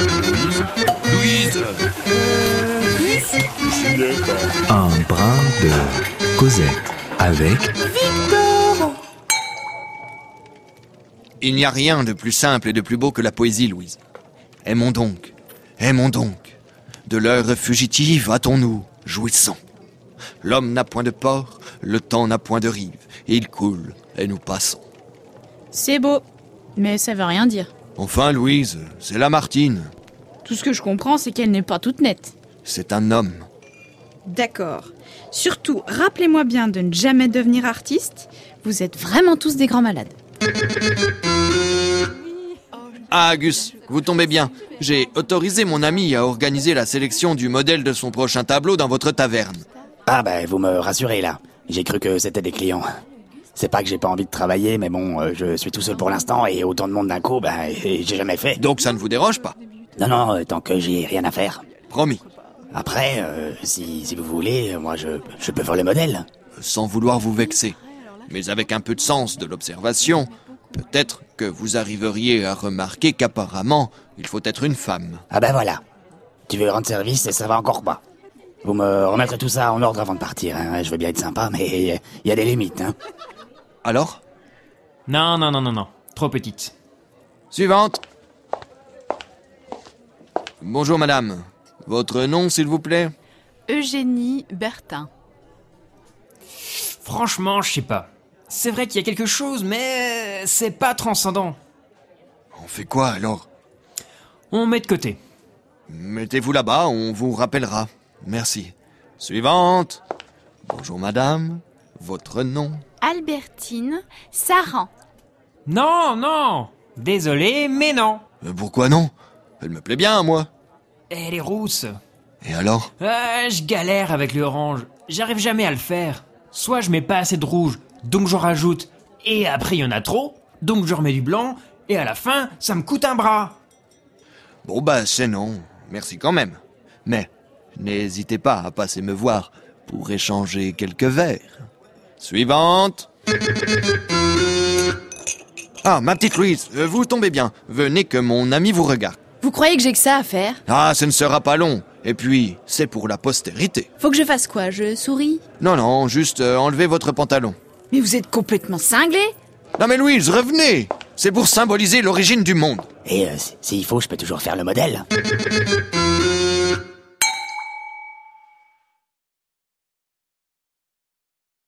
Louise. Un brin de Cosette avec Victor. Il n'y a rien de plus simple et de plus beau que la poésie, Louise. Aimons donc, aimons donc. De l'heure fugitive, hâtons-nous, jouissons. L'homme n'a point de port, le temps n'a point de rive. Il coule, et nous passons. C'est beau, mais ça veut rien dire. Enfin, Louise, c'est Lamartine. Tout ce que je comprends, c'est qu'elle n'est pas toute nette. C'est un homme. D'accord. Surtout, rappelez-moi bien de ne jamais devenir artiste. Vous êtes vraiment tous des grands malades. Ah, Gus, vous tombez bien. J'ai autorisé mon ami à organiser la sélection du modèle de son prochain tableau dans votre taverne. Ah ben, vous me rassurez là. J'ai cru que c'était des clients. C'est pas que j'ai pas envie de travailler, mais bon, je suis tout seul pour l'instant et autant de monde d'un coup, j'ai jamais fait. Donc ça ne vous dérange pas? Non, tant que j'ai rien à faire. Promis. Après, si vous voulez, moi je peux faire le modèle. Sans vouloir vous vexer, mais avec un peu de sens de l'observation, peut-être que vous arriveriez à remarquer qu'apparemment, il faut être une femme. Ah ben voilà. Tu veux rendre service et ça va encore pas. Vous me remettrez tout ça en ordre avant de partir, hein. Je veux bien être sympa, mais il y a des limites, hein. Alors? Non. Trop petite. Suivante. Bonjour madame. Votre nom, s'il vous plaît? Eugénie Bertin. Franchement, je sais pas. C'est vrai qu'il y a quelque chose, mais c'est pas transcendant. On fait quoi alors? On met de côté. Mettez-vous là-bas, on vous rappellera. Merci. Suivante. Bonjour madame. Votre nom? Albertine Saran. Non. Désolé, mais non. Pourquoi non? Elle me plaît bien, moi. Elle est rousse. Et alors? Je galère avec l'orange. J'arrive jamais à le faire. Soit je mets pas assez de rouge, donc j'en rajoute. Et après, il y en a trop, donc je remets du blanc. Et à la fin, ça me coûte un bras. Bon bah c'est non. Merci quand même. Mais n'hésitez pas à passer me voir pour échanger quelques verres. Suivante. Ah, ma petite Louise, vous tombez bien. Venez que mon ami vous regarde. Vous croyez que j'ai que ça à faire? Ah, ce ne sera pas long. Et puis, c'est pour la postérité. Faut que je fasse quoi? Je souris? Non, juste enlevez votre pantalon. Mais vous êtes complètement cinglé? Non mais Louise, revenez. C'est pour symboliser l'origine du monde. Et s'il faut, je peux toujours faire le modèle.